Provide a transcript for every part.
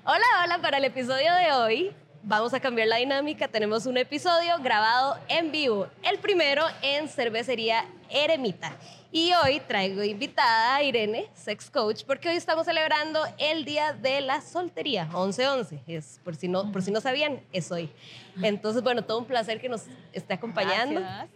Hola, hola, para el episodio de hoy vamos a cambiar la dinámica. Tenemos un episodio grabado en vivo, el primero en Cervecería Eremita. Y hoy traigo invitada a Irene, sex coach, porque hoy estamos celebrando el Día de la Soltería, 11/11. Es, por si no sabían, es hoy. Entonces, bueno, todo un placer que nos esté acompañando. Gracias.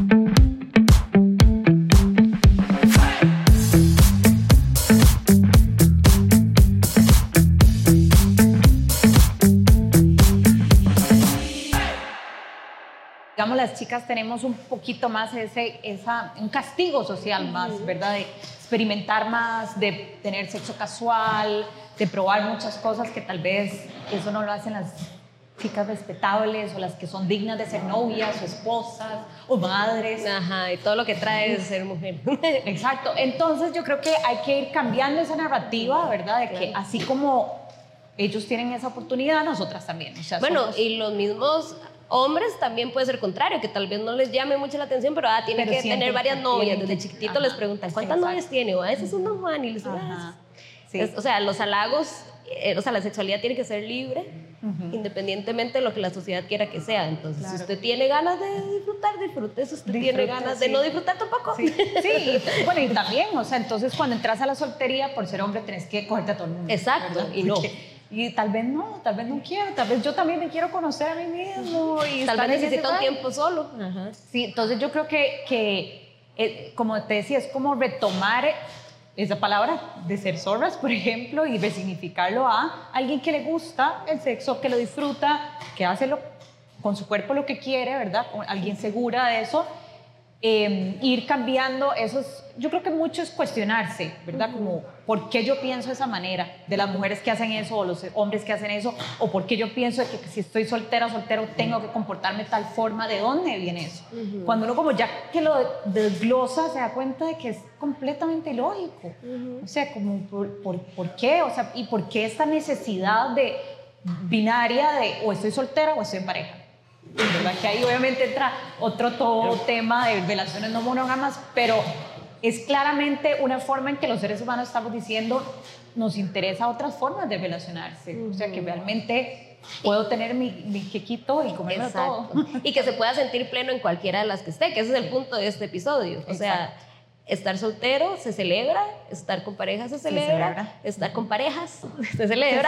Digamos, las chicas tenemos un poquito más un castigo social más, ¿verdad? De experimentar más, de tener sexo casual, de probar muchas cosas que tal vez eso no lo hacen las chicas respetables o las que son dignas de ser novias o esposas o madres. Ajá, y todo lo que trae de ser mujer. Exacto. Entonces yo creo que hay que ir cambiando esa narrativa, ¿verdad? De que así como ellos tienen esa oportunidad, nosotras también. O sea, bueno, y los mismos hombres también puede ser contrario, que tal vez no les llame mucho la atención, pero tienen que tener varias novias. Desde chiquitito les preguntan, ¿cuántas novias tiene? O a ese es un Don Juan. Y les dicen, sí. O sea, los halagos, o sea, la sexualidad tiene que ser libre, independientemente de lo que la sociedad quiera que sea. Entonces, si usted tiene ganas de disfrutar, disfrute. Si usted tiene ganas de no disfrutar, tampoco. Sí, bueno, y también, o sea, entonces cuando entras a la soltería, por ser hombre, tenés que cogerte a todo el mundo. Exacto, ¿verdad? y no. Y tal vez no quiero, tal vez yo también me quiero conocer a mí mismo. Y tal vez necesito un tiempo solo. Ajá. Sí, entonces yo creo que como te decía, es como retomar esa palabra de ser zorras, por ejemplo, y resignificarlo a alguien que le gusta el sexo, que lo disfruta, que hace con su cuerpo lo que quiere, ¿verdad? Alguien segura de eso. Ir cambiando esos, yo creo que mucho es cuestionarse, ¿verdad? Como, ¿por qué yo pienso de esa manera? De las mujeres que hacen eso, o los hombres que hacen eso, o ¿por qué yo pienso de que si estoy soltera o soltero tengo que comportarme de tal forma? ¿De dónde viene eso? Cuando uno como ya que lo desglosa, se da cuenta de que es completamente ilógico. O sea, como, ¿por qué? O sea, ¿y por qué esta necesidad de binaria de o estoy soltera o estoy en pareja? ¿Verdad? Que ahí obviamente entra todo tema de relaciones no monógamas, pero es claramente una forma en que los seres humanos estamos diciendo nos interesa otras formas de relacionarse, o sea que realmente puedo tener mi quequito y comerme todo. Y que se pueda sentir pleno en cualquiera de las que esté, que ese es el punto de este episodio. O sea, estar soltero se celebra, estar con pareja se celebra, estar con parejas se celebra.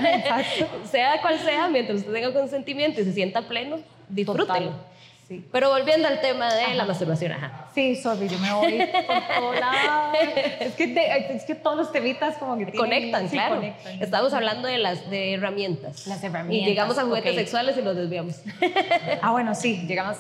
Sea cual sea, mientras usted tenga consentimiento y se sienta pleno, disfrútelo. Sí. Pero volviendo al tema de la masturbación. Sí, sorry, yo me voy por todos lados. Es que todos los temitas como que conectan, claro. Conectan. Estamos hablando de herramientas. Las herramientas. Y llegamos a juguetes sexuales y los desviamos. Bueno, sí, llegamos.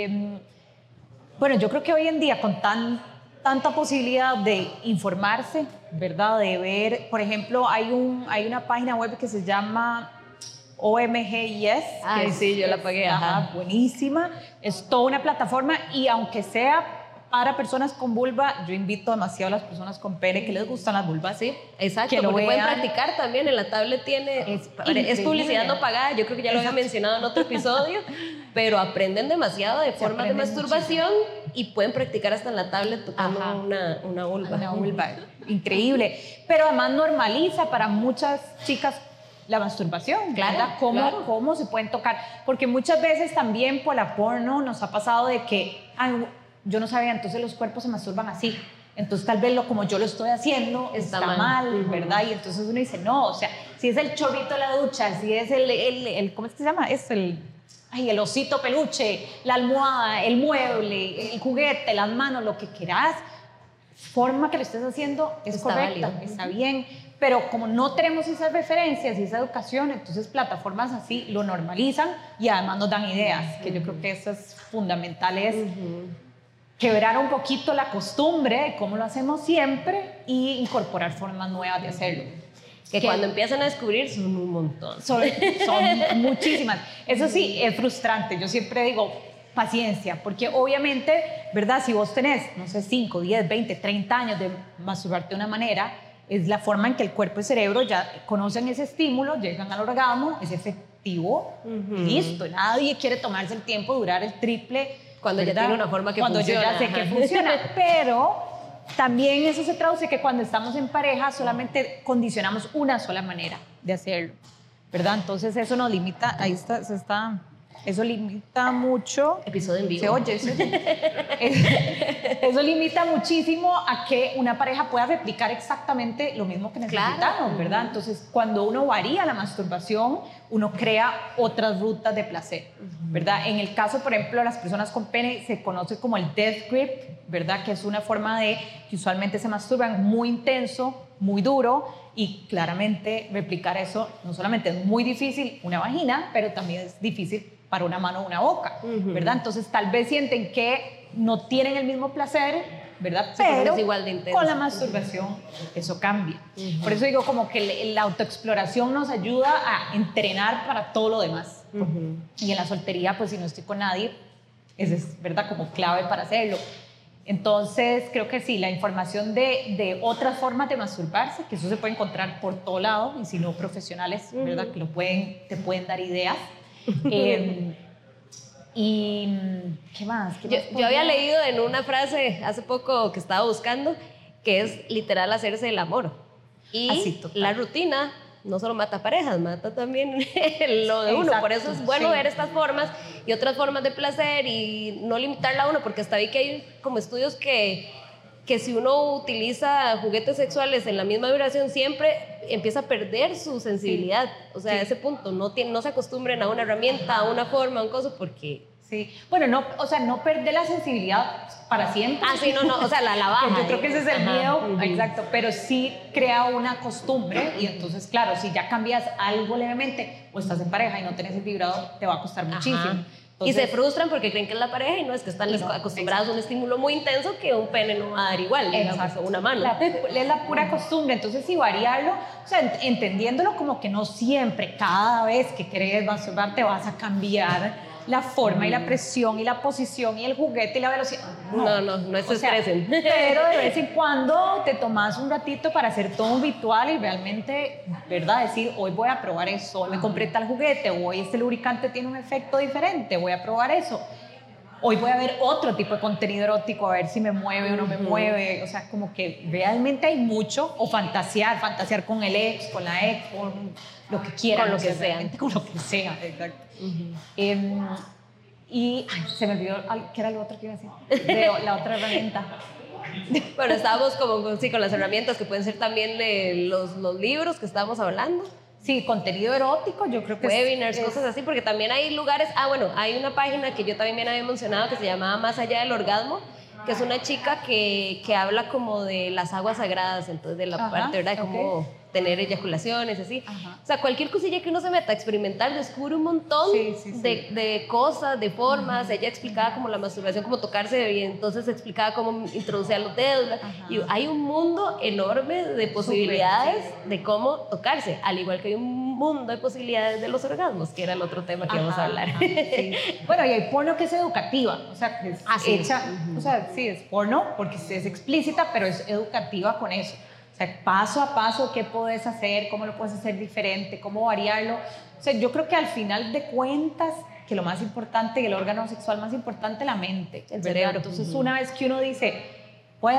Bueno, yo creo que hoy en día con tanta posibilidad de informarse, ¿verdad? De ver, por ejemplo, hay una página web que se llama OMGYes. Sí, yo la pagué. Buenísima. Es toda una plataforma y aunque sea para personas con vulva, yo invito demasiado a las personas con pene que les gustan las vulvas. Sí, exacto, que porque pueden practicar también. En la tablet es publicidad no pagada, yo creo que ya lo había mencionado en otro episodio, pero aprenden demasiado de formas de masturbación y pueden practicar hasta en la tablet tocando una vulva. Una vulva, increíble. Pero además normaliza para muchas chicas la masturbación, ¿verdad? ¿Cómo se pueden tocar? Porque muchas veces también por la porno nos ha pasado de que yo no sabía, entonces los cuerpos se masturban así. Entonces tal vez como yo lo estoy haciendo está mal, ¿verdad? Y entonces uno dice, no, o sea, si es el chorrito de la ducha, si es el ¿cómo es que se llama? Es el osito peluche, la almohada, el mueble, el juguete, las manos, lo que quieras, forma que lo estés haciendo es correcta, está bien. Pero como no tenemos esas referencias y esa educación, entonces plataformas así lo normalizan y además nos dan ideas, que yo creo que eso es fundamental, es quebrar un poquito la costumbre de cómo lo hacemos siempre y incorporar formas nuevas de hacerlo. Que cuando empiezan a descubrir son un montón. Son muchísimas. Eso sí, es frustrante. Yo siempre digo, paciencia, porque obviamente, ¿verdad? Si vos tenés, no sé, 5, 10, 20, 30 años de masturbarte de una manera, es la forma en que el cuerpo y el cerebro ya conocen ese estímulo, llegan al orgasmo, es efectivo, listo. Nadie quiere tomarse el tiempo, durar el triple. Cuando ya tiene una forma que funciona. Cuando yo ya sé que funciona, pero también eso se traduce que cuando estamos en pareja solamente condicionamos una sola manera de hacerlo, ¿verdad? Entonces eso nos limita, ahí está, eso limita mucho. Episodio en vivo. Se oye, eso limita muchísimo a que una pareja pueda replicar exactamente lo mismo que necesitamos, claro, ¿verdad? Entonces, cuando uno varía la masturbación, uno crea otras rutas de placer, ¿verdad? En el caso, por ejemplo, de las personas con pene, se conoce como el death grip, ¿verdad? Que es una forma de que usualmente se masturban muy intenso, muy duro, y claramente replicar eso no solamente es muy difícil una vagina, pero también es difícil para una mano o una boca, ¿verdad? Entonces tal vez sienten que no tienen el mismo placer, ¿verdad? Sí, pero es igual de intenso. Con la masturbación eso cambia. Por eso digo como que la autoexploración nos ayuda a entrenar para todo lo demás. Y en la soltería, pues si no estoy con nadie, esa es, ¿verdad? Como clave para hacerlo. Entonces, creo que sí, la información de otras formas de masturbarse, que eso se puede encontrar por todo lado, y si no, profesionales, ¿verdad? Que te pueden dar ideas. Y ¿qué más? Yo había leído en una frase hace poco que estaba buscando, que es literal hacerse el amor. Y la rutina no solo mata parejas, mata también lo de uno. Exacto, por eso es bueno ver estas formas y otras formas de placer y no limitarla a uno, porque hasta vi que hay como estudios que si uno utiliza juguetes sexuales en la misma vibración siempre empieza a perder su sensibilidad. O sea, a ese punto no se acostumbren a una herramienta, a una forma, a un coso, porque... Sí, bueno, no perder la sensibilidad para siempre. Sí, no, o sea, la baja. Yo creo que ese es el miedo, exacto, pero sí crea una costumbre y entonces, claro, si ya cambias algo levemente o estás en pareja y no tenés el vibrador, te va a costar muchísimo. Entonces, y se frustran porque creen que es la pareja y no es que están acostumbrados a un estímulo muy intenso que un pene no va a dar igual, digamos, o una mano. Es la pura costumbre, entonces sí variarlo, o sea, entendiéndolo como que no siempre, cada vez que querés masturbarte vas a cambiar la forma y la presión y la posición y el juguete y la velocidad. No se estresen. Pero de vez en cuando te tomas un ratito para hacer todo un ritual y realmente, ¿verdad? Decir, hoy voy a probar eso, hoy me compré tal juguete, hoy este lubricante tiene un efecto diferente, voy a probar eso. Hoy voy a ver otro tipo de contenido erótico, a ver si me mueve o no me mueve. O sea, como que realmente hay mucho. O fantasear con el ex, con la ex, con lo que quieran. Con lo que sea. Con lo que sea, exacto. Y se me olvidó, ¿qué era lo otro que iba a decir? La otra herramienta. Bueno, estábamos como con las herramientas que pueden ser también los libros que estábamos hablando. Sí, contenido erótico, yo creo que webinars, cosas así, porque también hay lugares, hay una página que yo también había mencionado que se llamaba Más Allá del Orgasmo, que es una chica que habla como de las aguas sagradas, entonces de la parte, ¿verdad? Como tener eyaculaciones, así. O sea, cualquier cosilla que uno se meta a experimentar, descubre un montón de cosas, de formas. Ella explicaba como la masturbación, como tocarse, y entonces explicaba cómo introducir los dedos. Y hay un mundo enorme de posibilidades de cómo tocarse, al igual que hay un mundo de posibilidades de los orgasmos, que era el otro tema que íbamos a hablar. Bueno, y hay porno que es educativa, o sea, que es hecha, o sea, sí, es porno porque es explícita, pero es educativa con eso. O sea, paso a paso, qué puedes hacer, cómo lo puedes hacer diferente, cómo variarlo. O sea, yo creo que al final de cuentas, que lo más importante, el órgano sexual más importante, la mente, el cerebro. Entonces, una vez que uno dice, voy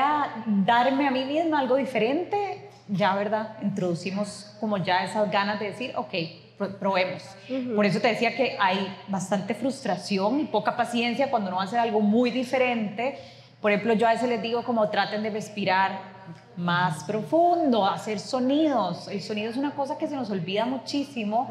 a darme a mí misma algo diferente, ya, ¿verdad? Introducimos como ya esas ganas de decir, ok, probemos. Por eso te decía que hay bastante frustración y poca paciencia cuando uno va a hacer algo muy diferente. Por ejemplo, yo a veces les digo como traten de respirar más profundo, hacer sonidos. El sonido es una cosa que se nos olvida muchísimo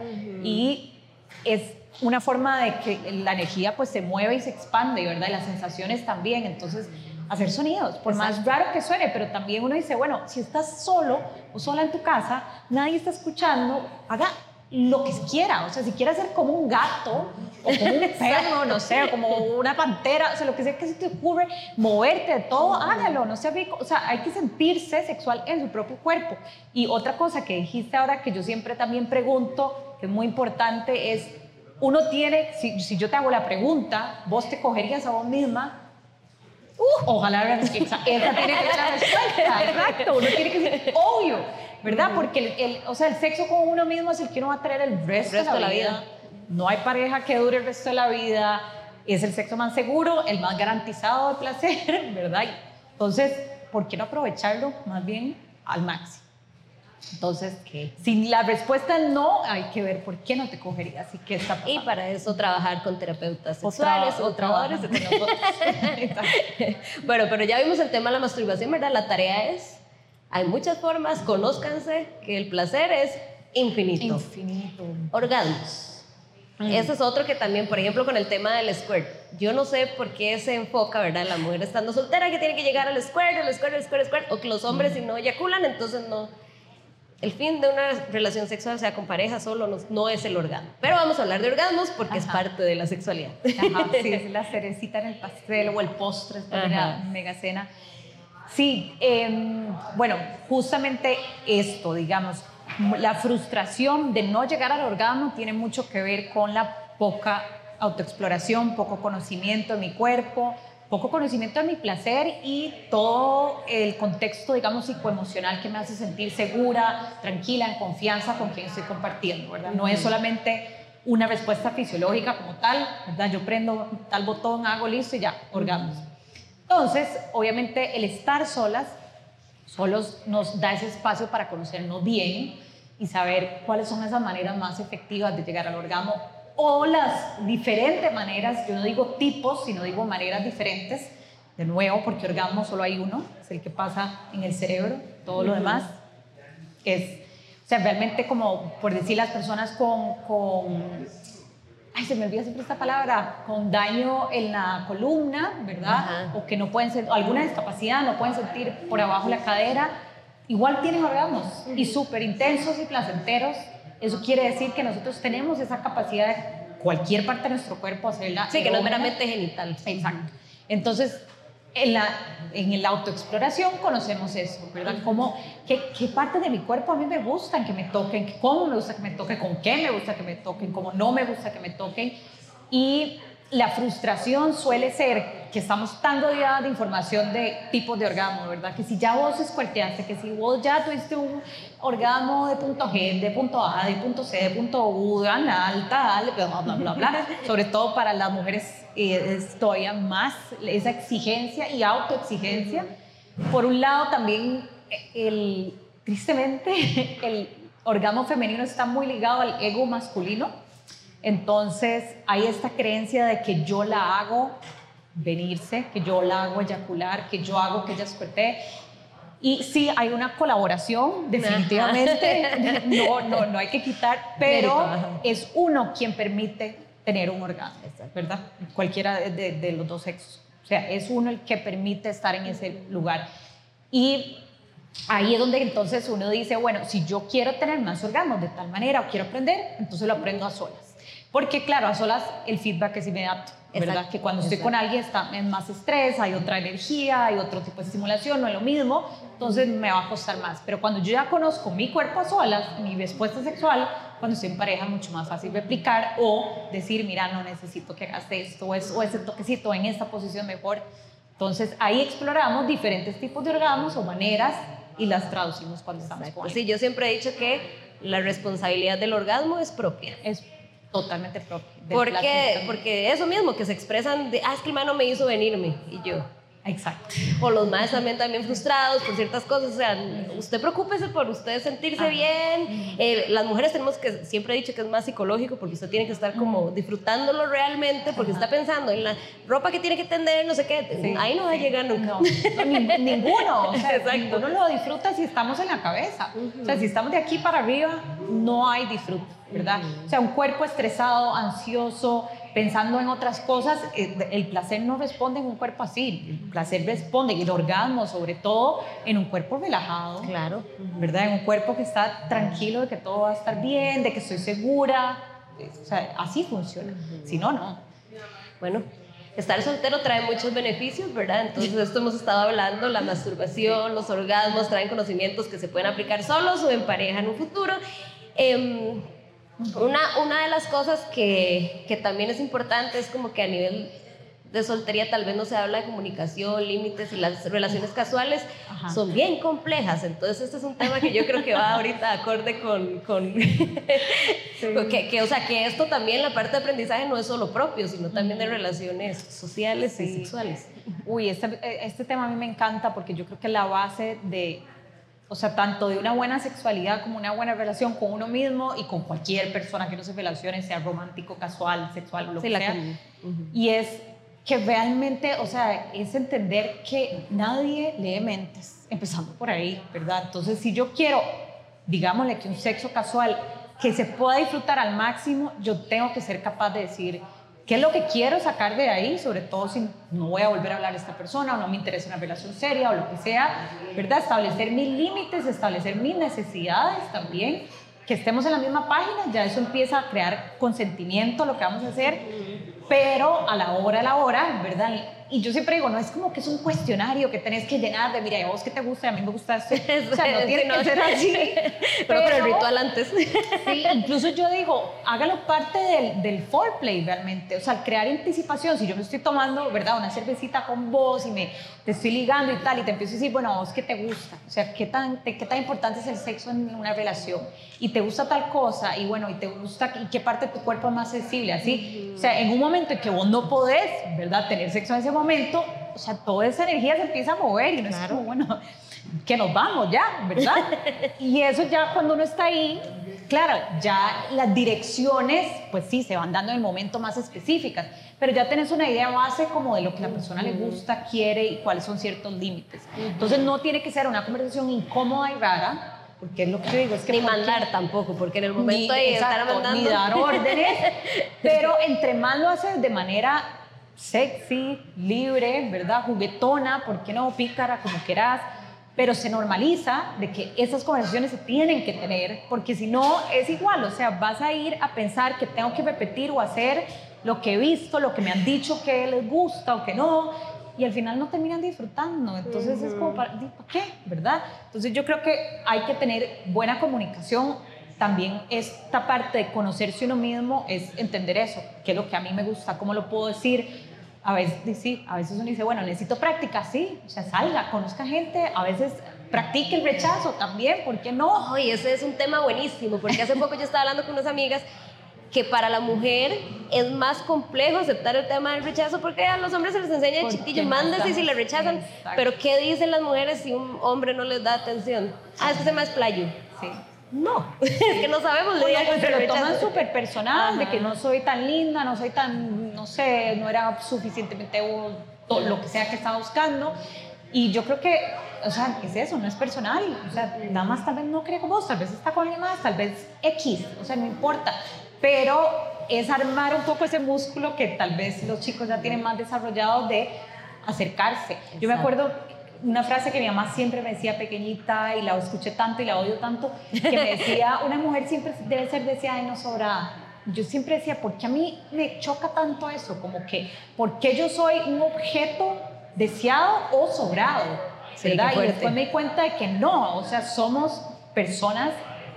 y es una forma de que la energía pues se mueve y se expande, ¿verdad? Y las sensaciones también. Entonces, hacer sonidos, por más raro que suene, pero también uno dice, bueno, si estás solo o sola en tu casa, nadie está escuchando, haga lo que quiera. O sea, si quiere ser como un gato o como un perro, no sé, como una pantera, o sea, lo que sea que se te ocurre, moverte de todo, hágalo, no sea rico. O sea, hay que sentirse sexual en su propio cuerpo. Y otra cosa que dijiste ahora, que yo siempre también pregunto, que es muy importante, es, uno tiene, si yo te hago la pregunta, ¿vos te cogerías a vos misma? Ojalá esa tiene que ser la respuesta, exacto, uno tiene que decir, obvio, ¿verdad? Porque el sexo con uno mismo es el que uno va a tener el resto de la vida. No hay pareja que dure el resto de la vida, es el sexo más seguro, el más garantizado de placer, ¿verdad? Entonces, ¿por qué no aprovecharlo más bien al máximo? Entonces, si la respuesta es no, hay que ver por qué no te cogerías y qué está pasando. Y para eso trabajar con terapeutas sexuales o trabajadores. Bueno, pero ya vimos el tema de la masturbación, ¿verdad? La tarea es, hay muchas formas, conózcanse que el placer es infinito. Infinito. Orgasmos. Ese es otro que también, por ejemplo, con el tema del squirt. Yo no sé por qué se enfoca, ¿verdad? La mujer estando soltera que tiene que llegar al squirt, o que los hombres si no eyaculan, entonces no. El fin de una relación sexual, sea con pareja solo, no es el orgasmo. Pero vamos a hablar de orgasmos porque es parte de la sexualidad. Ajá, sí, es la cerecita en el pastel o el postre, es la mega cena. Sí, bueno, justamente esto, digamos, la frustración de no llegar al orgasmo tiene mucho que ver con la poca autoexploración, poco conocimiento de mi cuerpo, poco conocimiento de mi placer y todo el contexto, digamos, psicoemocional que me hace sentir segura, tranquila, en confianza con quien estoy compartiendo, ¿verdad? No es solamente una respuesta fisiológica como tal, ¿verdad? Yo prendo tal botón, hago listo y ya, orgasmos. Entonces, obviamente, el estar solos nos da ese espacio para conocernos bien y saber cuáles son esas maneras más efectivas de llegar al orgasmo o las diferentes maneras, yo no digo tipos, sino digo maneras diferentes, de nuevo, porque orgasmo solo hay uno, es el que pasa en el cerebro, todo lo demás es, o sea, realmente como por decir las personas ay, se me olvida siempre esta palabra, con daño en la columna, ¿verdad? O que no pueden sentir, alguna discapacidad, no pueden sentir por abajo la cadera, igual tienen orgasmos y súper intensos y placenteros. Eso quiere decir que nosotros tenemos esa capacidad de cualquier parte de nuestro cuerpo hacerla. Sí, que no es meramente genital. Exacto. Entonces, en la autoexploración conocemos eso, ¿verdad? Como qué parte de mi cuerpo a mí me gustan que me toquen, cómo me gusta que me toquen, con qué me gusta que me toquen, cómo no me gusta que me toquen. Y la frustración suele ser que estamos tan rodeadas de información de tipos de orgasmo, ¿verdad? Que si ya vos escuarteaste, que si vos ya tuviste un orgasmo de punto G, de punto A, de punto C, de punto U, de anal, tal, bla, bla, bla, bla. Sobre todo para las mujeres es todavía más esa exigencia y autoexigencia. Por un lado también, tristemente, el orgasmo femenino está muy ligado al ego masculino. Entonces hay esta creencia de que yo la hago venirse, que yo la hago eyacular, que yo hago que ella escuerte. Y sí, hay una colaboración, definitivamente, no hay que quitar, pero es uno quien permite tener un orgasmo, ¿verdad? Cualquiera de los dos sexos. O sea, es uno el que permite estar en ese lugar. Y ahí es donde entonces uno dice, bueno, si yo quiero tener más orgasmos de tal manera o quiero aprender, entonces lo aprendo a solas. Porque claro, a solas el feedback es inmediato, ¿verdad? Exacto, que cuando estoy con alguien está en más estrés, hay otra energía, hay otro tipo de estimulación, no es lo mismo, entonces me va a costar más. Pero cuando yo ya conozco mi cuerpo a solas, mi respuesta sexual, cuando estoy en pareja es mucho más fácil replicar o decir, mira, no necesito que hagas esto o ese toquecito en esta posición mejor. Entonces ahí exploramos diferentes tipos de orgasmos o maneras y las traducimos cuando estamos con alguien. Sí, yo siempre he dicho que la responsabilidad del orgasmo es propia. Es totalmente propio. Porque eso mismo, que se expresan de, es que el man no me hizo venirme, y yo. Exacto. O los más también frustrados por ciertas cosas, o sea, usted preocúpese por usted sentirse bien. Las mujeres tenemos que, siempre he dicho que es más psicológico, porque usted tiene que estar como disfrutándolo realmente, porque está pensando en la ropa que tiene que tender, no sé qué, sí, ahí no va a llegar nunca. Ninguno, o sea, ninguno lo disfruta si estamos en la cabeza. O sea, si estamos de aquí para arriba, no hay disfrute, ¿verdad? O sea, un cuerpo estresado, ansioso, pensando en otras cosas, el placer no responde en un cuerpo así. El placer responde, y el orgasmo sobre todo, en un cuerpo relajado. Claro. ¿Verdad? En un cuerpo que está tranquilo de que todo va a estar bien, de que estoy segura. O sea, así funciona. Si no, no. Bueno, estar soltero trae muchos beneficios, ¿verdad? Entonces, esto hemos estado hablando, la masturbación, los orgasmos traen conocimientos que se pueden aplicar solos o en pareja en un futuro. Una de las cosas que también es importante es como que a nivel de soltería tal vez no se habla de comunicación, límites, y las relaciones casuales son bien complejas. Entonces este es un tema que yo creo que va ahorita acorde con sí. O sea, que esto también, la parte de aprendizaje no es solo propio, sino también de relaciones sociales y sexuales. Uy, este tema a mí me encanta porque yo creo que la base de, o sea, tanto de una buena sexualidad como una buena relación con uno mismo y con cualquier persona que no se relacione, sea romántico, casual, sexual o lo que sea. Y es que realmente, o sea, es entender que nadie lee mentes, empezando por ahí, ¿verdad? Entonces, si yo quiero, digámosle que un sexo casual que se pueda disfrutar al máximo, yo tengo que ser capaz de decir qué es lo que quiero sacar de ahí, sobre todo si no voy a volver a hablar a esta persona o no me interesa una relación seria o lo que sea, ¿verdad? Establecer mis límites, establecer mis necesidades también, que estemos en la misma página, ya eso empieza a crear consentimiento, lo que vamos a hacer, pero a la hora, ¿verdad? Y yo siempre digo, no es como que es un cuestionario que tenés que llenar de, mira, ¿y a vos qué te gusta? Y a mí me gusta esto. O sea, no tiene que ser así. Pero el ritual antes. Sí, incluso yo digo, hágalo parte del foreplay realmente. O sea, crear anticipación. Si yo me estoy tomando, ¿verdad? Una cervecita con vos y te estoy ligando y tal, y te empiezo a decir, bueno, ¿a vos qué te gusta? O sea, ¿qué tan importante es el sexo en una relación? Y te gusta tal cosa, y bueno, y te gusta, ¿y qué parte de tu cuerpo es más sensible? Así. O sea, en un momento en que vos no podés, ¿verdad? Tener sexo en ese momento, o sea, toda esa energía se empieza a mover y no es como, bueno, que nos vamos ya, ¿verdad? Y eso ya cuando uno está ahí, claro, ya las direcciones, pues sí, se van dando en el momento más específicas, pero ya tenés una idea base como de lo que la persona le gusta, quiere y cuáles son ciertos límites. Entonces no tiene que ser una conversación incómoda y rara, porque es lo que yo digo, es que ni mandar tampoco, porque en el momento de estar mandando ni dar órdenes, pero entre más lo haces de manera sexy, libre, ¿verdad? Juguetona, ¿por qué no? Pícara, como quieras, pero se normaliza de que esas conversaciones se tienen que tener, porque si no es igual, o sea, vas a ir a pensar que tengo que repetir o hacer lo que he visto, lo que me han dicho que les gusta o que no, y al final no terminan disfrutando, entonces es como, ¿para qué? ¿Verdad? Entonces yo creo que hay que tener buena comunicación. También esta parte de conocerse uno mismo es entender eso, qué es lo que a mí me gusta, cómo lo puedo decir. A veces sí, a veces uno dice, bueno, necesito práctica, sí, o sea, salga, conozca gente, a veces practique el rechazo también, ¿por qué no? Oh, y ese es un tema buenísimo, porque hace poco yo estaba hablando con unas amigas que para la mujer es más complejo aceptar el tema del rechazo porque a los hombres se les enseña de chiquitillos, mándese si le rechazan, pero ¿qué dicen las mujeres si un hombre no les da atención? Ah, es que se me explayo. Sí. No, es que no sabemos lidiar con el rechazo. Lo toman súper personal, de que no soy tan linda, no soy tan, no sé, no era suficientemente lo que sea que estaba buscando. Y yo creo que, o sea, ¿qué es eso? No es personal. O sea, nada más tal vez no cree con vos, tal vez está con alguien más, tal vez X, o sea, no importa. Pero es armar un poco ese músculo que tal vez los chicos ya tienen más desarrollado de acercarse. Exacto. Yo me acuerdo una frase que mi mamá siempre me decía pequeñita y la escuché tanto y la odio tanto, que me decía, una mujer siempre debe ser deseada y no sobrada. Yo siempre decía, ¿por qué a mí me choca tanto eso? Como que, ¿por qué yo soy un objeto deseado o sobrado? ¿Verdad? Y después me di cuenta de que no, o sea, somos personas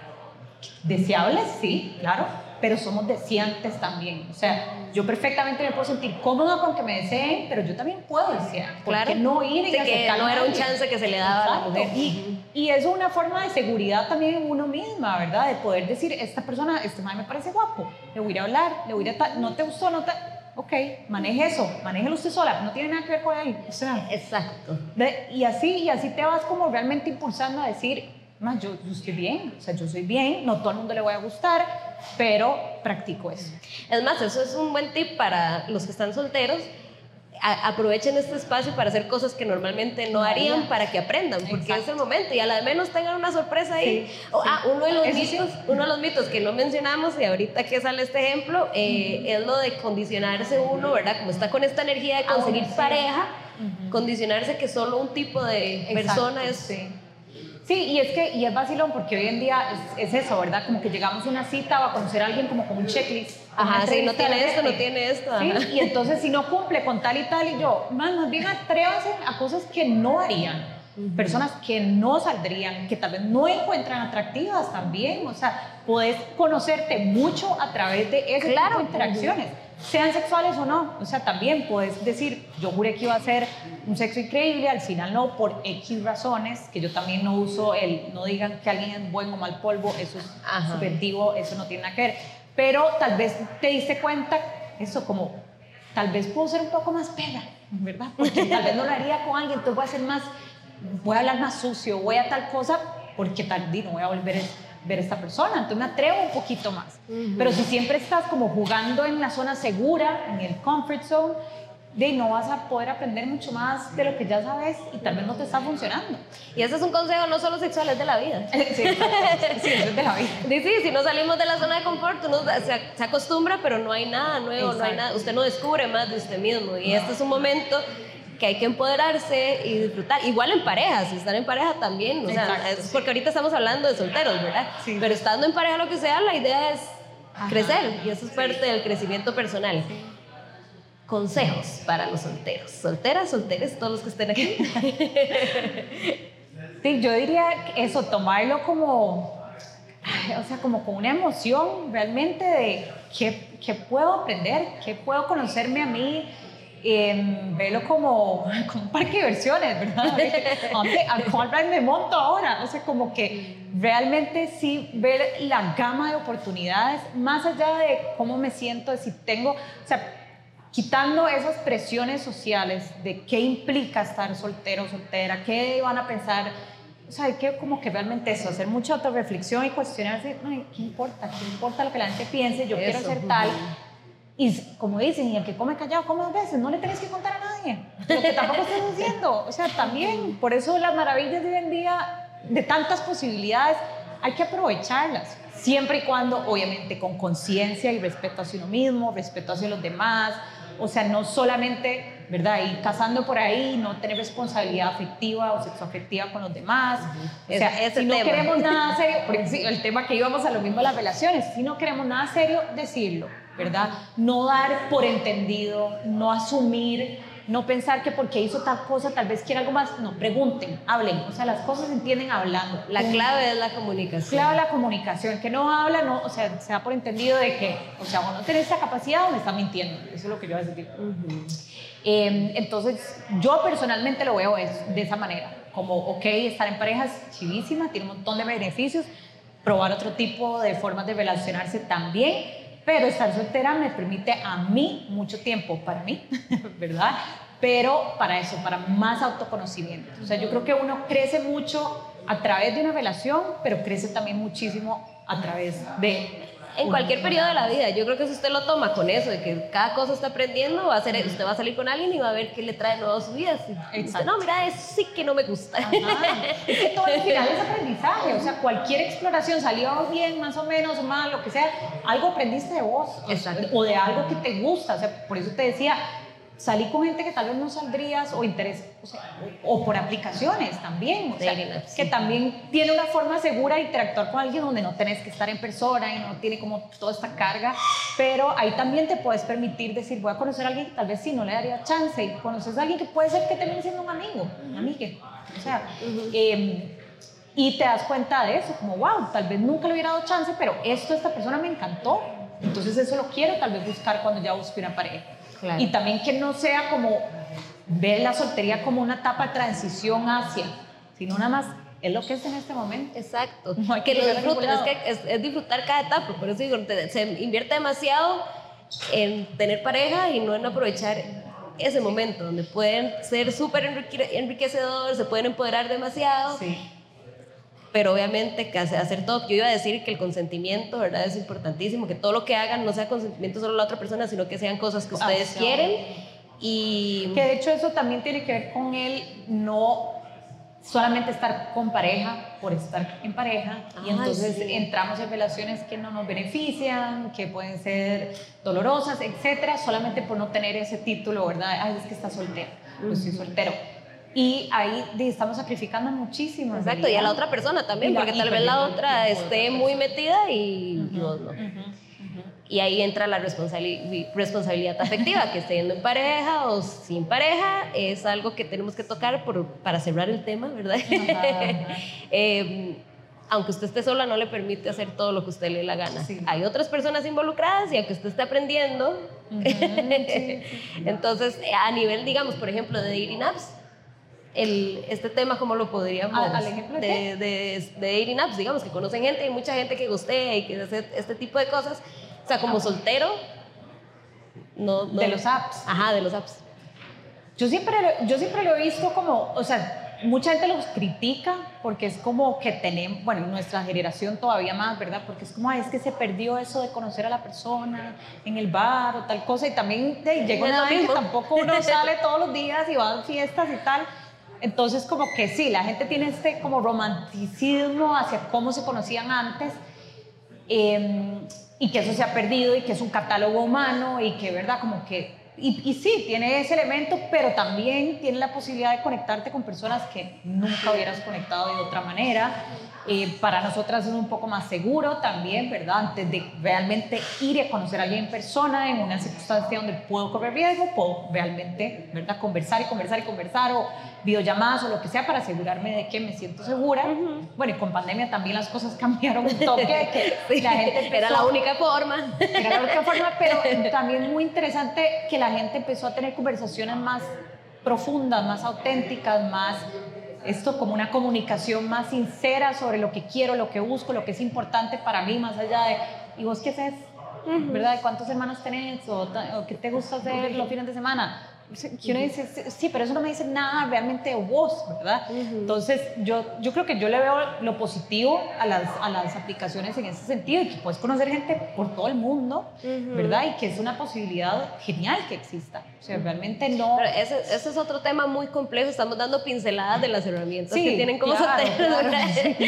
deseables, sí, claro, pero somos deseantes también. O sea, yo perfectamente me puedo sentir cómoda con que me deseen, pero yo también puedo desear. ¿Por qué no ir y acercarme? No era un chance que se le daba a la mujer. Y es una forma de seguridad también en uno misma, ¿verdad? De poder decir, esta persona, este man me parece guapo, le voy a ir a hablar, le voy a ir a no te gustó, no te... Ok, maneje eso, manéjelo usted sola, no tiene nada que ver con él. O sea, exacto. Y así te vas como realmente impulsando a decir, yo estoy bien, o sea, yo soy bien, no todo el mundo le voy a gustar, pero practico eso. Es más, eso es un buen tip para los que están solteros. Aprovechen este espacio para hacer cosas que normalmente no harían para que aprendan, porque exacto, es el momento y a la menos tengan una sorpresa ahí. Sí, uno de los mitos que no mencionamos y ahorita que sale este ejemplo es lo de condicionarse uno, ¿verdad? Como está con esta energía de conseguir pareja, condicionarse que solo un tipo de persona es... Sí, y es vacilón porque hoy en día es eso, ¿verdad? Como que llegamos a una cita o a conocer a alguien como con un checklist. Ajá, sí, no tiene esto, no tiene esto. ¿Sí? Y entonces si no cumple con tal y tal, y yo, más bien atrévanse a cosas que no harían. personas que no saldrían, que tal vez no encuentran atractivas también, o sea, puedes conocerte mucho a través de ese tipo de interacciones, sean sexuales o no, o sea, también puedes decir, yo juré que iba a ser un sexo increíble, al final no, por X razones, que yo también no uso no digan que alguien es buen o mal polvo, eso es subjetivo, eso no tiene nada que ver, pero tal vez te diste cuenta, eso como, tal vez puedo ser un poco más pega, ¿verdad? Porque tal vez no lo haría con alguien, entonces voy a hablar más sucio, voy a tal cosa, porque tal vez no voy a volver a ver a esta persona, entonces me atrevo un poquito más. Pero si siempre estás como jugando en la zona segura, en el comfort zone, no vas a poder aprender mucho más de lo que ya sabes y tal vez no te está funcionando. Y ese es un consejo no solo sexual, es de la vida. Sí, eso es de la vida. Sí, si no salimos de la zona de confort, uno se acostumbra, pero no hay nada nuevo, no hay nada, usted no descubre más de usted mismo. Y este es un momento que hay que empoderarse y disfrutar. Igual en pareja, si están en pareja también, o sea, es porque ahorita estamos hablando de solteros, ¿verdad? Sí. Pero estando en pareja, lo que sea, la idea es crecer, y eso es parte del crecimiento personal. Sí. Consejos para los solteros, solteras, solteres, todos los que estén aquí. Sí, yo diría eso, tomarlo como, o sea, como con una emoción realmente de qué puedo aprender, qué puedo conocerme a mí, verlo como un parque de diversiones, ¿verdad? ¿A cuál me monto ahora? O sea, como que realmente sí ver la gama de oportunidades, más allá de cómo me siento, de si tengo, o sea, quitando esas presiones sociales de qué implica estar soltero o soltera, qué van a pensar, o sea, hay que como que realmente eso, hacer mucha autorreflexión y cuestionarse, ¿qué importa? ¿Qué importa lo que la gente piense? Yo quiero ser tal. Y como dicen, y el que come callado come 2 veces, no le tenés que contar a nadie, lo que tampoco estás haciendo. O sea, también, por eso las maravillas de hoy en día, de tantas posibilidades, hay que aprovecharlas. Siempre y cuando, obviamente, con conciencia y respeto hacia uno mismo, respeto hacia los demás. O sea, no solamente, ¿verdad? Ir cazando por ahí, no tener responsabilidad afectiva o sexoafectiva con los demás. O sea, si no queremos nada serio, porque sí, el tema que íbamos a lo mismo de las relaciones, si no queremos nada serio, decirlo, ¿verdad? No dar por entendido, no asumir, no pensar que porque hizo tal cosa tal vez quiere algo más. No, pregunten, hablen. O sea, las cosas se entienden hablando. La clave es la comunicación. Clave es la comunicación. El que no habla, no, o sea, se da por entendido de que, o sea, o no tenés esa capacidad o me está mintiendo. Eso es lo que yo voy a decir. Entonces, yo personalmente lo veo de esa manera. Como, ok, estar en pareja es chivísima, tiene un montón de beneficios. Probar otro tipo de formas de relacionarse también. Pero estar soltera me permite a mí mucho tiempo para mí, ¿verdad? Pero para eso, para más autoconocimiento. O sea, yo creo que uno crece mucho a través de una relación, pero crece también muchísimo a través de... En cualquier periodo de la vida, yo creo que si usted lo toma con eso, de que cada cosa está aprendiendo, usted va a salir con alguien y va a ver qué le trae nuevo a su vida. Usted, no, mira, eso sí que no me gusta. Es que todo al final es aprendizaje, o sea, cualquier exploración salió bien, más o menos, o mal, lo que sea, algo aprendiste de vos, o de algo que te gusta, o sea, por eso te decía, salí con gente que tal vez no saldrías o interés, o por aplicaciones también, o sea, que también tiene una forma segura de interactuar con alguien donde no tenés que estar en persona y no tiene como toda esta carga, pero ahí también te puedes permitir decir, voy a conocer a alguien que tal vez sí no le daría chance, y conoces a alguien que puede ser que termine siendo un amigo, una amiga, o sea, y te das cuenta de eso, como wow, tal vez nunca le hubiera dado chance, pero esta persona me encantó, entonces eso lo quiero tal vez buscar cuando ya busque una pareja. Claro. Y también que no sea como ver la soltería como una etapa de transición hacia, sino nada más es lo que es en este momento. Exacto, no que lo disfruten, es disfrutar cada etapa, por eso digo, se invierte demasiado en tener pareja y no en aprovechar ese momento donde pueden ser súper enriquecedores, se pueden empoderar demasiado. Sí. Pero obviamente que hacer todo, yo iba a decir que el consentimiento, ¿verdad? Es importantísimo, que todo lo que hagan no sea consentimiento solo de la otra persona, sino que sean cosas que ustedes quieren. Y que de hecho eso también tiene que ver con el no solamente estar con pareja por estar en pareja, y entonces entramos en relaciones que no nos benefician, que pueden ser dolorosas, etcétera, solamente por no tener ese título, ¿verdad? Ay, es que está soltero, pues estoy soltero. Y ahí estamos sacrificando muchísimo. Exacto, y a la otra persona también, porque tal vez la otra esté muy metida y vos no. Y ahí entra la responsabilidad afectiva, que estén en pareja o sin pareja, es algo que tenemos que tocar para cerrar el tema, ¿verdad? Aunque usted esté sola, no le permite hacer todo lo que usted le dé la gana. Sí. Hay otras personas involucradas y aunque usted esté aprendiendo, entonces a nivel, digamos, por ejemplo, de dating apps, este tema, ¿cómo lo podríamos? ¿Al ejemplo de dating apps, digamos, que conocen gente, hay mucha gente que gustea y que hace este tipo de cosas. O sea, como soltero, no. De los apps. Ajá, de los apps. Yo siempre lo he visto como, o sea, mucha gente los critica porque es como que tenemos, bueno, nuestra generación todavía más, ¿verdad? Porque es como, es que se perdió eso de conocer a la persona en el bar o tal cosa. Y también llega una vez que tampoco uno sale todos los días y va a fiestas y tal. Entonces, como que sí, la gente tiene este como romanticismo hacia cómo se conocían antes. Y que eso se ha perdido y que es un catálogo humano y que, ¿verdad? Como que, y sí, tiene ese elemento, pero también tiene la posibilidad de conectarte con personas que nunca hubieras conectado de otra manera. Para nosotras es un poco más seguro también, ¿verdad? Antes de realmente ir a conocer a alguien en persona, en una circunstancia donde puedo correr riesgo, puedo realmente, ¿verdad? Conversar o videollamadas o lo que sea para asegurarme de que me siento segura. Bueno, y con pandemia también las cosas cambiaron un toque, que sí, la gente empezó, era la única forma, pero también muy interesante que la gente empezó a tener conversaciones más profundas, más auténticas, más esto como una comunicación más sincera sobre lo que quiero, lo que busco, lo que es importante para mí, más allá de ¿y vos qué haces? ¿Verdad? ¿Cuántos hermanos tenés? ¿O qué te gusta hacer los fines de semana? Que uno dice, sí, pero eso no me dice nada realmente de vos, ¿verdad? Entonces, yo creo que yo le veo lo positivo a las aplicaciones en ese sentido, y que puedes conocer gente por todo el mundo, ¿verdad? Y que es una posibilidad genial que exista. O sea, realmente no... Pero ese es otro tema muy complejo. Estamos dando pinceladas de las herramientas que tienen como solteros, ¿verdad?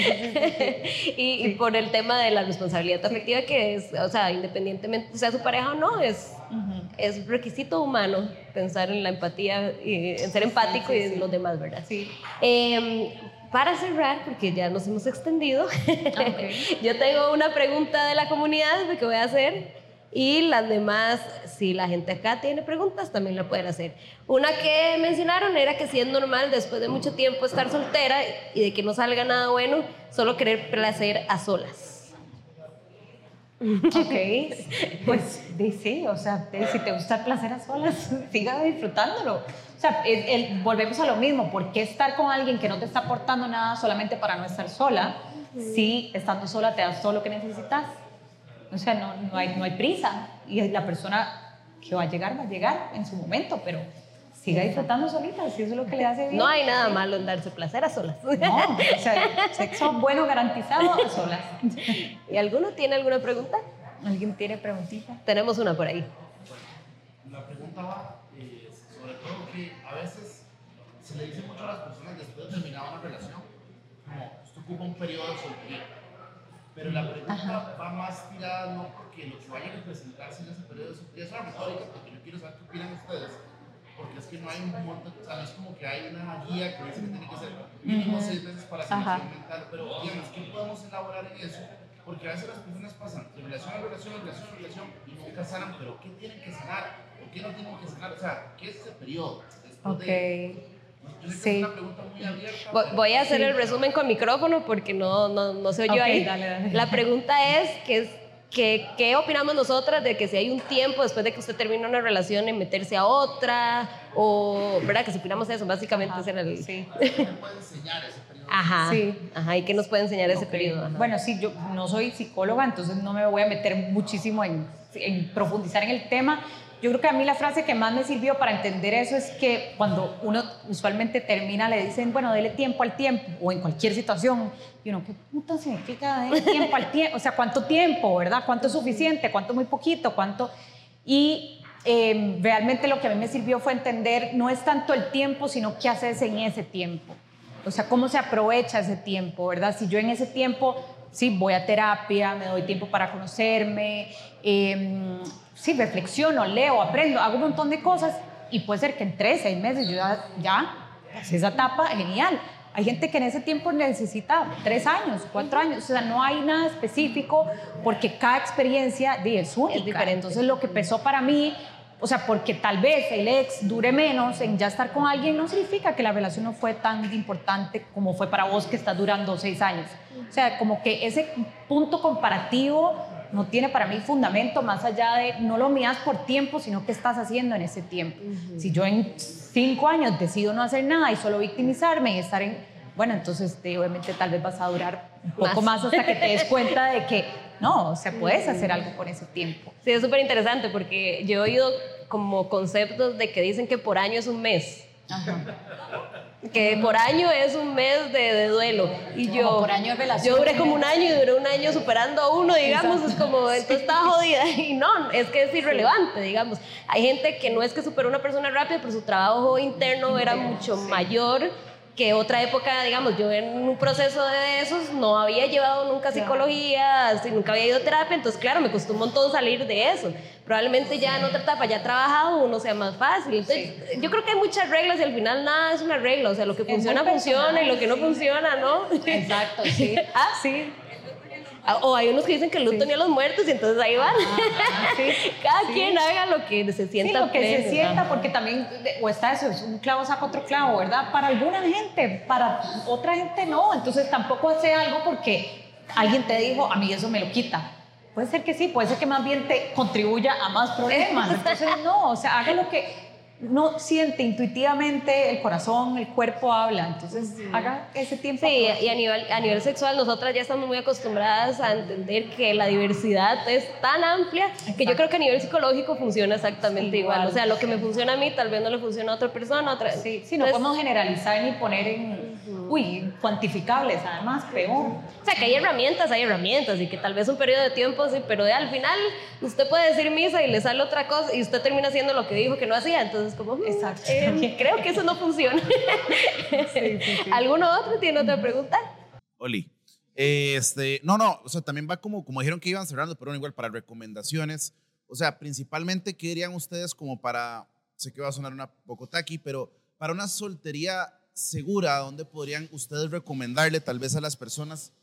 Y por el tema de la responsabilidad afectiva, que es, o sea, independientemente sea su pareja o no, es requisito humano pensar en la empatía, y en ser empático y en los demás, ¿verdad? Sí. Para cerrar, porque ya nos hemos extendido, yo tengo una pregunta de la comunidad que voy a hacer, y las demás, si la gente acá tiene preguntas, también la pueden hacer. Una que mencionaron era que si es normal después de mucho tiempo estar soltera y de que no salga nada bueno, solo querer placer a solas. Pues sí, o sea, si te gusta el placer a solas, siga disfrutándolo. O sea, volvemos a lo mismo. ¿Por qué estar con alguien que no te está aportando nada solamente para no estar sola? Si estando sola te das todo lo que necesitas. O sea, no hay prisa. Y la persona que va a llegar en su momento, pero siga disfrutando solita, si eso es lo que le hace bien. No hay nada malo en darse placer a solas. No, o sea, sexo bueno garantizado a solas. ¿Y alguno tiene alguna pregunta? ¿Alguien tiene preguntita? Tenemos una por ahí. La pregunta va sobre todo que a veces se le dice mucho a las personas después de terminar una relación, como esto ocupa un periodo de soltería. Pero la pregunta va más tirada no porque lo que vayan a presentarse en ese periodo de soltería es una retórica, porque yo quiero saber qué opinan ustedes. Porque es que no hay un montón, o sea, no es como que hay una guía que dice que tiene que ser mínimo 6 veces para sanación mental, pero digamos, ¿qué podemos elaborar en eso? Porque a veces las personas pasan de relación a relación y nunca sanan, pero ¿qué tienen que sanar? ¿O qué no tienen que sanar? O sea, ¿qué es ese periodo? Después de... Yo sé que es una pregunta muy abierta. Voy a hacer el resumen con micrófono porque no se oyó ahí. Dale. La pregunta es ¿qué opinamos nosotras de que si hay un tiempo después de que usted termina una relación en meterse a otra? O, ¿verdad? Que si opinamos eso, básicamente es el... Sí. ¿Qué puede enseñar ese periodo? Ajá, ¿y qué nos puede enseñar ese periodo? Ajá. Bueno, sí, yo no soy psicóloga, entonces no me voy a meter muchísimo en profundizar en el tema. Yo creo que a mí la frase que más me sirvió para entender eso es que cuando uno usualmente termina le dicen, bueno, dele tiempo al tiempo, o en cualquier situación, y uno, ¿qué puta significa dele tiempo al tiempo? O sea, ¿cuánto tiempo, verdad? ¿Cuánto es suficiente? ¿Cuánto muy poquito? ¿Cuánto? Y realmente lo que a mí me sirvió fue entender, no es tanto el tiempo, sino qué haces en ese tiempo. O sea, cómo se aprovecha ese tiempo, ¿verdad? Si yo en ese tiempo, sí, voy a terapia, me doy tiempo para conocerme, sí, reflexiono, leo, aprendo, hago un montón de cosas, y puede ser que en 3, 6 meses yo ya esa etapa, genial. Hay gente que en ese tiempo necesita 3 años, 4 años, o sea, no hay nada específico porque cada experiencia es única. Es diferente. Entonces, lo que pesó para mí, o sea, porque tal vez el ex dure menos en ya estar con alguien, no significa que la relación no fue tan importante como fue para vos que estás durando 6 años. O sea, como que ese punto comparativo no tiene para mí fundamento más allá de no lo midas por tiempo, sino qué estás haciendo en ese tiempo. Si yo en 5 años decido no hacer nada y solo victimizarme y estar en... Bueno, entonces obviamente tal vez vas a durar un poco más hasta que te des cuenta de que no, o sea, puedes hacer algo con ese tiempo. Sí, es súper interesante porque yo he oído como conceptos de que dicen que por año es un mes. Ajá. Que por año es un mes de duelo. Y como por año de relación. Yo duré como un año y duré un año superando a uno, digamos. Exacto. Es como, entonces estaba jodida. Y no, es que es irrelevante, digamos. Hay gente que no es que superó a una persona rápido, pero su trabajo interno era mucho mayor que otra época, digamos. Yo en un proceso de esos no había llevado nunca psicología, nunca había ido a terapia, entonces claro, me costó un montón salir de eso. Probablemente ya en otra etapa, ya trabajado, uno sea más fácil. Entonces, yo creo que hay muchas reglas y al final nada es una regla, o sea, lo que funciona, funciona y lo que no funciona, ¿no? Exacto, sí. Sí. O hay unos que dicen que el luto ni a los muertos y entonces ahí van. Cada quien haga lo que se sienta. Sí, lo que se sienta, porque también, o está eso, es un clavo saca otro clavo, ¿verdad? Para alguna gente, para otra gente no. Entonces tampoco hace algo porque alguien te dijo, a mí eso me lo quita. Puede ser que sí, puede ser que más bien te contribuya a más problemas. Entonces no, o sea, haga lo que no siente intuitivamente, el corazón, el cuerpo habla, entonces haga ese tiempo. Sí, y a nivel sexual nosotras ya estamos muy acostumbradas a entender que la diversidad es tan amplia. Exacto. Que yo creo que a nivel psicológico funciona exactamente igual. O sea, lo que me funciona a mí tal vez no le funciona a otra persona. Sí, no podemos generalizar ni poner en, cuantificables, además, peor. O sea, que hay herramientas y que tal vez un periodo de tiempo sí, pero al final usted puede decir misa y le sale otra cosa y usted termina haciendo lo que dijo que no hacía, entonces como, exacto. Creo que eso no funciona. Sí. ¿Alguno otro tiene otra pregunta? Oli, no, o sea, también va como dijeron que iban cerrando, pero igual para recomendaciones, o sea, principalmente, ¿qué dirían ustedes como para, sé que va a sonar una poco taqui, pero para una soltería segura, ¿dónde podrían ustedes recomendarle tal vez a las personas?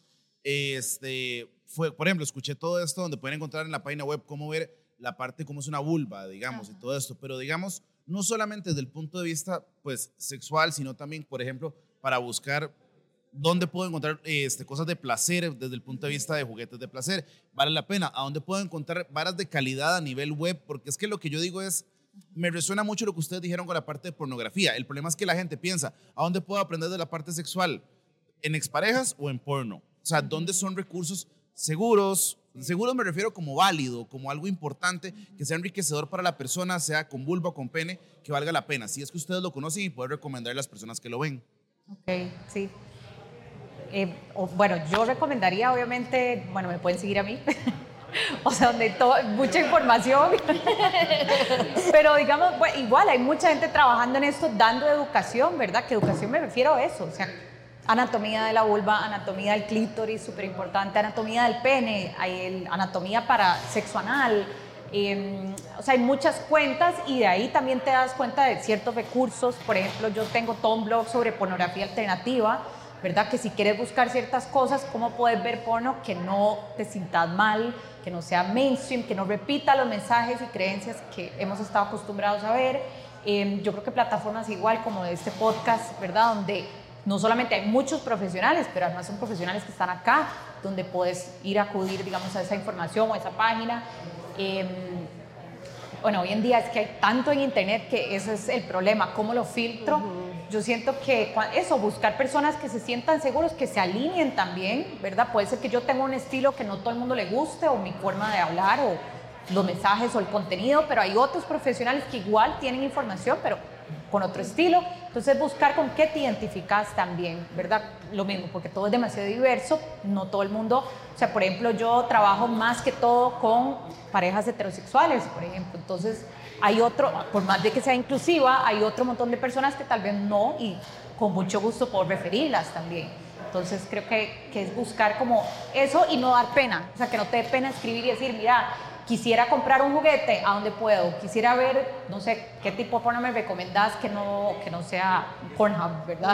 Por ejemplo, escuché todo esto donde pueden encontrar en la página web cómo ver la parte, cómo es una vulva, digamos, y todo esto, pero digamos, no solamente desde el punto de vista, pues, sexual, sino también, por ejemplo, para buscar dónde puedo encontrar cosas de placer desde el punto de vista de juguetes de placer, vale la pena, a dónde puedo encontrar varas de calidad a nivel web, porque es que lo que yo digo es, me resuena mucho lo que ustedes dijeron con la parte de pornografía. El problema es que la gente piensa, ¿a dónde puedo aprender de la parte sexual? ¿En exparejas o en porno? O sea, ¿dónde son recursos seguros? Seguros me refiero como válido, como algo importante, que sea enriquecedor para la persona, sea con vulva o con pene, que valga la pena. Si es que ustedes lo conocen y pueden recomendar a las personas que lo ven. Ok, sí. Bueno, yo recomendaría, obviamente, bueno, me pueden seguir a mí. O sea, donde mucha información. Pero digamos, bueno, igual hay mucha gente trabajando en esto, dando educación, ¿verdad? Que educación me refiero a eso, o sea, anatomía de la vulva, anatomía del clítoris, súper importante, anatomía del pene, hay anatomía para sexo anal, o sea, hay muchas cuentas y de ahí también te das cuenta de ciertos recursos. Por ejemplo, yo tengo todo un blog sobre pornografía alternativa, ¿verdad? Que si quieres buscar ciertas cosas, cómo puedes ver porno que no te sientas mal, que no sea mainstream, que no repita los mensajes y creencias que hemos estado acostumbrados a ver. Yo creo que plataformas igual como este podcast, ¿verdad? Donde no solamente hay muchos profesionales, pero además son profesionales que están acá, donde puedes ir a acudir, digamos, a esa información o a esa página. Bueno, hoy en día es que hay tanto en internet que ese es el problema, ¿cómo lo filtro? Yo siento que eso, buscar personas que se sientan seguros, que se alineen también, ¿verdad? Puede ser que yo tenga un estilo que no todo el mundo le guste, o mi forma de hablar, o los mensajes, o el contenido, pero hay otros profesionales que igual tienen información, pero con otro estilo. Entonces, buscar con qué te identificas también, ¿verdad? Lo mismo, porque todo es demasiado diverso, no todo el mundo. O sea, por ejemplo, yo trabajo más que todo con parejas heterosexuales, por ejemplo. Entonces, hay otro, por más de que sea inclusiva, hay otro montón de personas que tal vez no, y con mucho gusto puedo referirlas también. Entonces, creo que es buscar como eso y no dar pena. O sea, que no te dé pena escribir y decir, mira, quisiera comprar un juguete, ¿a dónde puedo? Quisiera ver, no sé, qué tipo de porno me recomendás que no sea Pornhub, ¿verdad?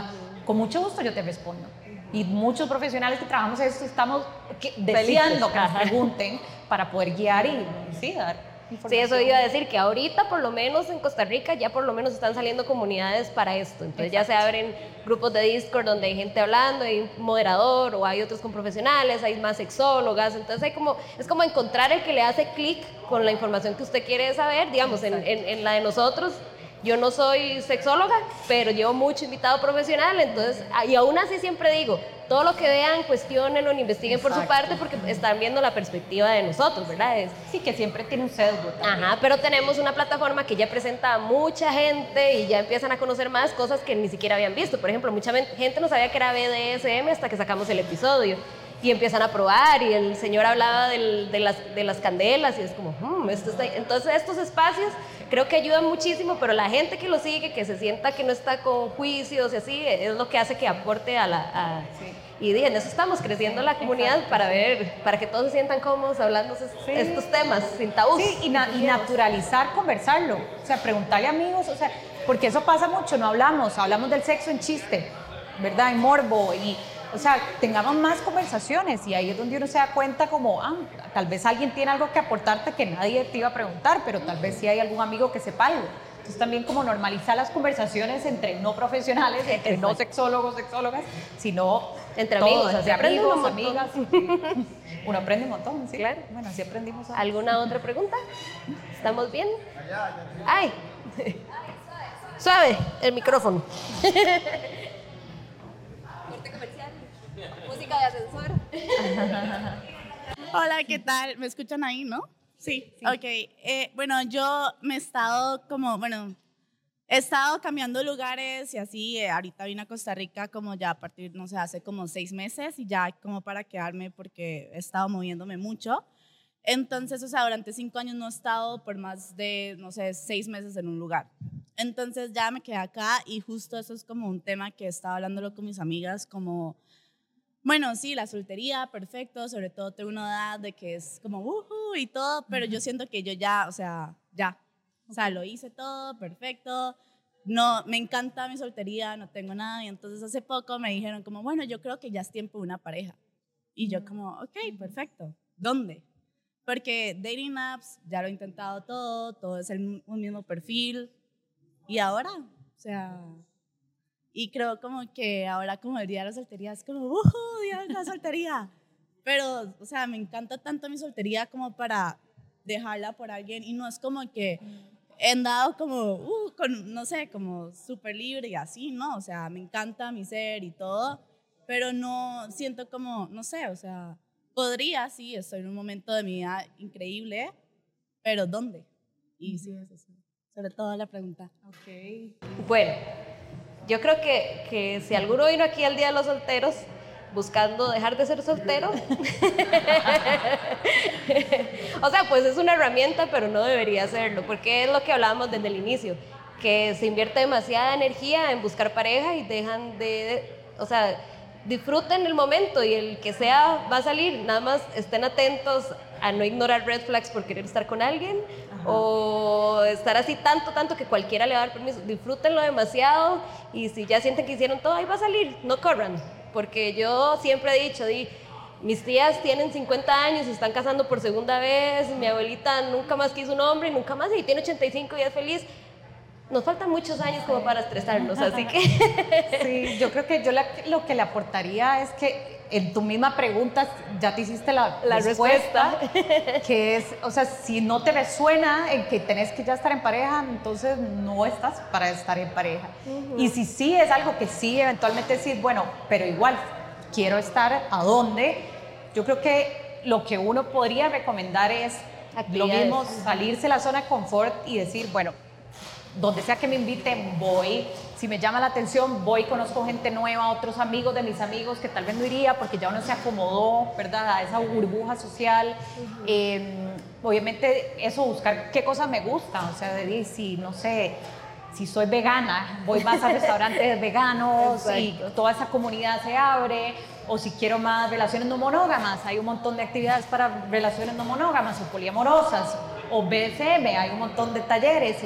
con mucho gusto yo te respondo. Y muchos profesionales que trabajamos esto estamos deseando que nos pregunten para poder guiar y sí, dar información. Sí, eso iba a decir, que ahorita por lo menos en Costa Rica ya por lo menos están saliendo comunidades para esto. Entonces ya se abren grupos de Discord donde hay gente hablando, hay un moderador o hay otros con profesionales, hay más sexólogas. Entonces es como encontrar el que le hace clic con la información que usted quiere saber. Digamos, en la de nosotros, yo no soy sexóloga, pero llevo mucho invitado profesional, entonces, y aún así siempre digo, todo lo que vean, cuestionenlo, investiguen por su parte, porque están viendo la perspectiva de nosotros, ¿verdad? Sí, que siempre tiene un sesgo también. Ajá, pero tenemos una plataforma que ya presenta a mucha gente y ya empiezan a conocer más cosas que ni siquiera habían visto. Por ejemplo, mucha gente no sabía que era BDSM hasta que sacamos el episodio. Y empiezan a probar, y el señor hablaba de las candelas, y es como, esto está... Entonces estos espacios creo que ayudan muchísimo, pero la gente que lo sigue, que se sienta que no está con juicios y así, es lo que hace que aporte Y dije, en eso estamos creciendo la comunidad. Exacto. para que todos se sientan cómodos hablando estos temas, sin tabús. Sí, y naturalizar, conversarlo, o sea, preguntarle a amigos, o sea, porque eso pasa mucho, no hablamos del sexo en chiste, ¿verdad? En morbo, o sea, tengamos más conversaciones, y ahí es donde uno se da cuenta como, tal vez alguien tiene algo que aportarte que nadie te iba a preguntar, pero tal vez sí hay algún amigo que sepa algo. Entonces también como normalizar las conversaciones entre no profesionales, entre no sexólogos, sexólogas, sino entre amigos, entre amigos, amigas. Uno aprende un montón, ¿sí? Claro. Bueno, así aprendimos. ¿Alguna otra pregunta? ¿Estamos bien? ¡Ay! Suave, el micrófono. Música de ascensor. Hola, ¿qué tal? ¿Me escuchan ahí, no? Sí. Ok. Bueno, yo he estado cambiando lugares y así. Ahorita vine a Costa Rica como ya a partir, no sé, hace como 6 meses, y ya como para quedarme porque he estado moviéndome mucho. Entonces, o sea, durante 5 años no he estado por más de, no sé, 6 meses en un lugar. Entonces ya me quedé acá, y justo eso es como un tema que estaba hablándolo con mis amigas, como... Bueno, sí, la soltería, perfecto, sobre todo tengo una edad de que es como y todo, pero yo siento que yo ya, o sea, lo hice todo, perfecto, no, me encanta mi soltería, no tengo nada, y entonces hace poco me dijeron como, bueno, yo creo que ya es tiempo de una pareja, y yo como, ok, perfecto, ¿dónde? Porque dating apps, ya lo he intentado todo es un mismo perfil, y ahora, o sea... Y creo como que ahora como el día de la soltería es como, día de la soltería. Pero, o sea, me encanta tanto mi soltería como para dejarla por alguien. Y no es como que he andado como, no sé, como súper libre y así, ¿no? O sea, me encanta mi ser y todo. Pero no siento como, no sé, o sea, podría, sí, estoy en un momento de mi vida increíble, pero ¿dónde? Y sí, es eso. Sobre todo la pregunta. Ok. Bueno. Yo creo que si alguno vino aquí al Día de los Solteros buscando dejar de ser soltero, o sea, pues es una herramienta, pero no debería serlo, porque es lo que hablábamos desde el inicio, que se invierte demasiada energía en buscar pareja y dejan o sea, disfruten el momento, y el que sea va a salir. Nada más estén atentos a no ignorar red flags por querer estar con alguien. Ajá. O estar así tanto que cualquiera le va a dar permiso. Disfrútenlo demasiado, y si ya sienten que hicieron todo, ahí va a salir, no corran, porque yo siempre he dicho, mis tías tienen 50 años y están casando por segunda vez, mi abuelita nunca más quiso un hombre, nunca más, y tiene 85 y es feliz. Nos faltan muchos años como para estresarnos, así que... Sí, yo creo que yo lo que le aportaría es que en tu misma pregunta ya te hiciste la respuesta, que es, o sea, si no te resuena en que tenés que ya estar en pareja, entonces no estás para estar en pareja. Y si sí es algo que sí, eventualmente decís, bueno, pero igual quiero estar a dónde, yo creo que lo que uno podría recomendar es lo mismo, salirse de la zona de confort y decir, bueno, donde sea que me inviten, voy. Si me llama la atención, voy, conozco gente nueva, otros amigos de mis amigos que tal vez no iría porque ya uno se acomodó, ¿verdad?, a esa burbuja social. Obviamente eso, buscar qué cosas me gustan, o sea, si, no sé, si soy vegana, voy más a restaurantes veganos y toda esa comunidad se abre. O si quiero más relaciones no monógamas, hay un montón de actividades para relaciones no monógamas o poliamorosas. O BDSM, hay un montón de talleres y hay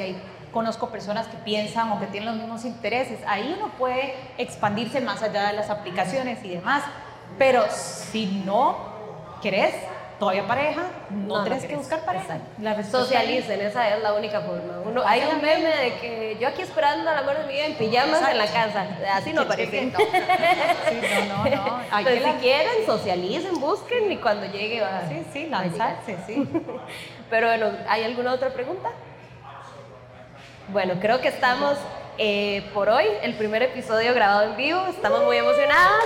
conozco personas que piensan o que tienen los mismos intereses. Ahí uno puede expandirse más allá de las aplicaciones y demás. Pero si no querés todavía pareja, no tenés que buscar pareja. Socialicen, esa es la única forma. Hay un meme de que yo aquí esperando al amor de mi vida en pijamas en la casa. Así no parece. No. Entonces, si quieren, socialicen, busquen y cuando llegue va. Sí, lanzarse, sí. Pero bueno, ¿hay alguna otra pregunta? Bueno, creo que estamos por hoy, el primer episodio grabado en vivo. Estamos muy emocionadas.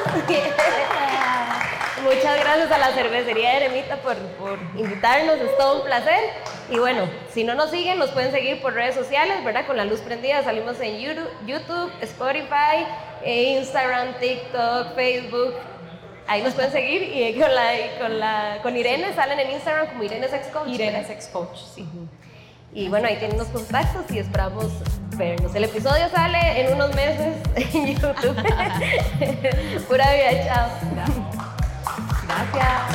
Muchas gracias a la cervecería Eremita por invitarnos, es todo un placer. Y bueno, si no nos siguen, nos pueden seguir por redes sociales, ¿verdad? Con la luz prendida salimos en YouTube, Spotify, Instagram, TikTok, Facebook. Ahí nos pueden seguir y con Irene salen en Instagram como Irene Sex Coach. Irene Sex Coach, sí. Y bueno, ahí tienen los contactos y esperamos vernos. El episodio sale en unos meses en YouTube. Pura vida, chao. Gracias.